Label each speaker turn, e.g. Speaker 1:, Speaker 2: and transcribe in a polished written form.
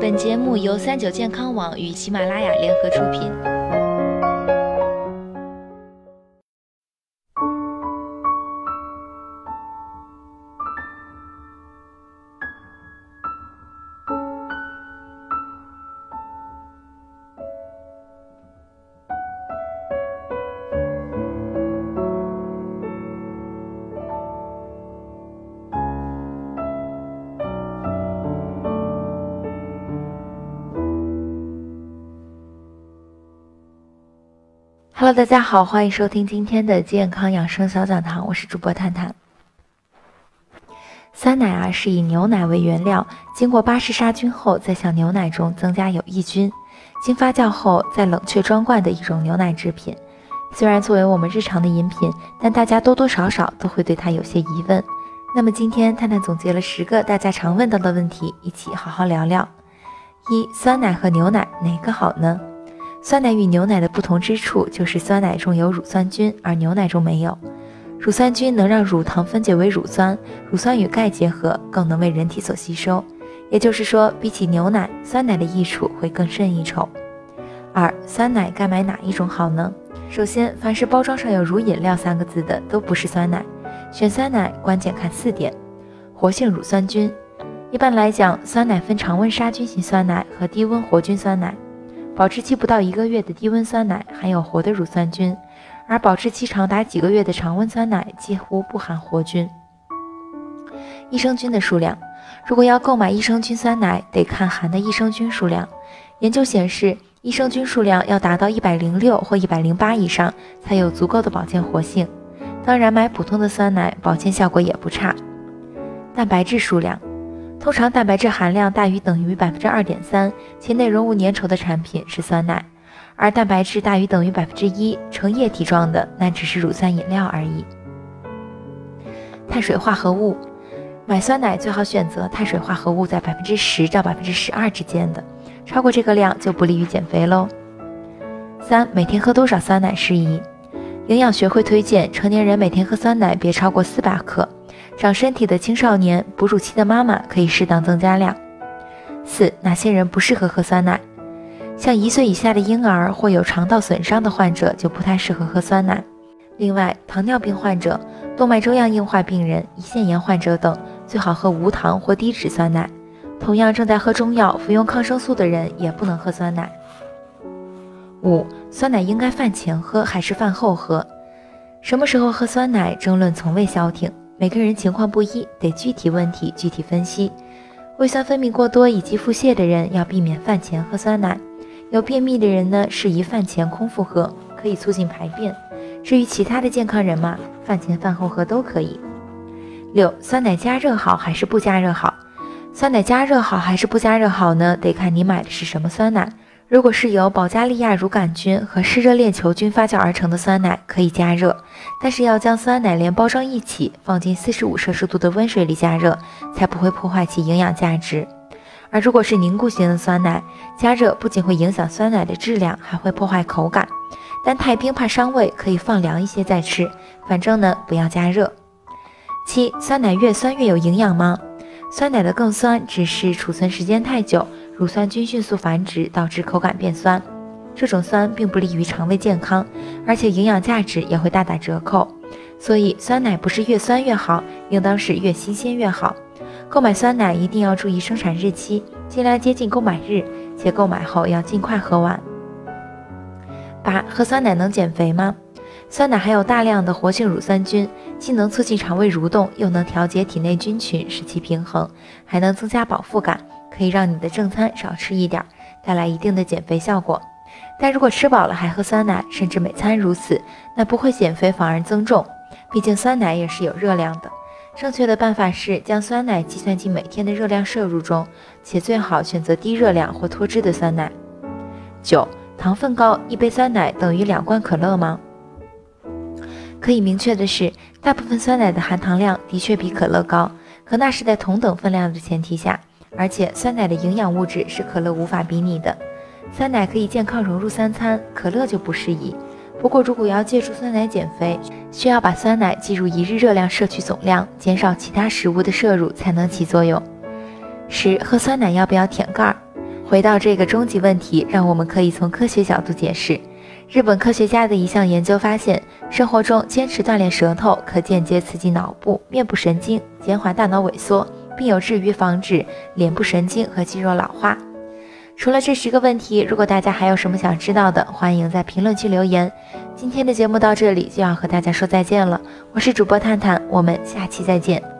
Speaker 1: 本节目由39健康网与喜马拉雅联合出品。Hello， 大家好，欢迎收听今天的健康养生小讲堂，我是主播探探。酸奶是以牛奶为原料，经过巴氏杀菌后，再向牛奶中增加有益菌，经发酵后再冷却装罐的一种牛奶制品。虽然作为我们日常的饮品，但大家多多少少都会对它有些疑问。那么今天探探总结了10个大家常问到的问题，一起好好聊聊。1. 酸奶和牛奶哪个好呢？酸奶与牛奶的不同之处就是酸奶中有乳酸菌，而牛奶中没有。乳酸菌能让乳糖分解为乳酸，乳酸与钙结合，更能为人体所吸收。也就是说，比起牛奶，酸奶的益处会更胜一筹。2. 酸奶该买哪一种好呢？首先，凡是包装上有乳饮料3个字的都不是酸奶。选酸奶关键看4点。活性乳酸菌。一般来讲，酸奶分常温杀菌型酸奶和低温活菌酸奶。保质期不到1个月的低温酸奶含有活的乳酸菌，而保质期长达几个月的常温酸奶几乎不含活菌。益生菌的数量，如果要购买益生菌酸奶，得看含的益生菌数量。研究显示，益生菌数量要达到106或108以上，才有足够的保健活性。当然，买普通的酸奶，保健效果也不差。蛋白质数量。通常蛋白质含量大于等于 2.3%， 且内容物粘稠的产品是酸奶，而蛋白质大于等于 1%， 呈液体状的那只是乳酸饮料而已。碳水化合物，买酸奶最好选择碳水化合物在 10%到 12% 之间的，超过这个量就不利于减肥喽。3. 每天喝多少酸奶适宜？营养学会推荐成年人每天喝酸奶别超过400克。长身体的青少年、哺乳期的妈妈可以适当增加量。4. 哪些人不适合喝酸奶？像1岁以下的婴儿或有肠道损伤的患者就不太适合喝酸奶。另外，糖尿病患者、动脉粥样硬化病人、胰腺炎患者等最好喝无糖或低脂酸奶。同样正在喝中药、服用抗生素的人也不能喝酸奶。5. 酸奶应该饭前喝还是饭后喝？什么时候喝酸奶，争论从未消停。每个人情况不一，得具体问题具体分析。胃酸分泌过多以及腹泻的人要避免饭前喝酸奶，有便秘的人呢，适宜饭前空腹喝，可以促进排便。至于其他的健康人嘛，饭前饭后喝都可以。6. 酸奶加热好还是不加热好？酸奶加热好还是不加热好呢？得看你买的是什么酸奶。如果是由保加利亚乳杆菌和湿热链球菌发酵而成的酸奶，可以加热，但是要将酸奶连包装一起放进45摄氏度的温水里加热，才不会破坏其营养价值。而如果是凝固型的酸奶，加热不仅会影响酸奶的质量，还会破坏口感，但太冰怕伤胃，可以放凉一些再吃，反正呢不要加热。7. 酸奶越酸越有营养吗？酸奶的更酸只是储存时间太久，乳酸菌迅速繁殖，导致口感变酸。这种酸并不利于肠胃健康，而且营养价值也会大打折扣。所以酸奶不是越酸越好，应当是越新鲜越好。购买酸奶一定要注意生产日期，尽量接近购买日，且购买后要尽快喝完。8. 喝酸奶能减肥吗？酸奶含有大量的活性乳酸菌，既能促进肠胃蠕动，又能调节体内菌群，使其平衡，还能增加饱腹感，可以让你的正餐少吃一点，带来一定的减肥效果。但如果吃饱了还喝酸奶，甚至每餐如此，那不会减肥，反而增重。毕竟酸奶也是有热量的。正确的办法是将酸奶计算进每天的热量摄入中，且最好选择低热量或脱脂的酸奶。9. 糖分高，一杯酸奶等于2罐可乐吗？可以明确的是，大部分酸奶的含糖量的确比可乐高，可那是在同等分量的前提下，而且酸奶的营养物质是可乐无法比拟的。酸奶可以健康融入3餐，可乐就不适宜。不过如果要借助酸奶减肥，需要把酸奶计入一日热量摄取总量，减少其他食物的摄入才能起作用。10. 喝酸奶要不要舔盖？ 回到这个终极问题，让我们可以从科学角度解释。日本科学家的一项研究发现，生活中坚持锻炼舌头可间接刺激脑部、面部神经，减缓大脑萎缩，并有助于防止脸部神经和肌肉老化。除了这10个问题，如果大家还有什么想知道的，欢迎在评论区留言。今天的节目到这里就要和大家说再见了，我是主播探探，我们下期再见。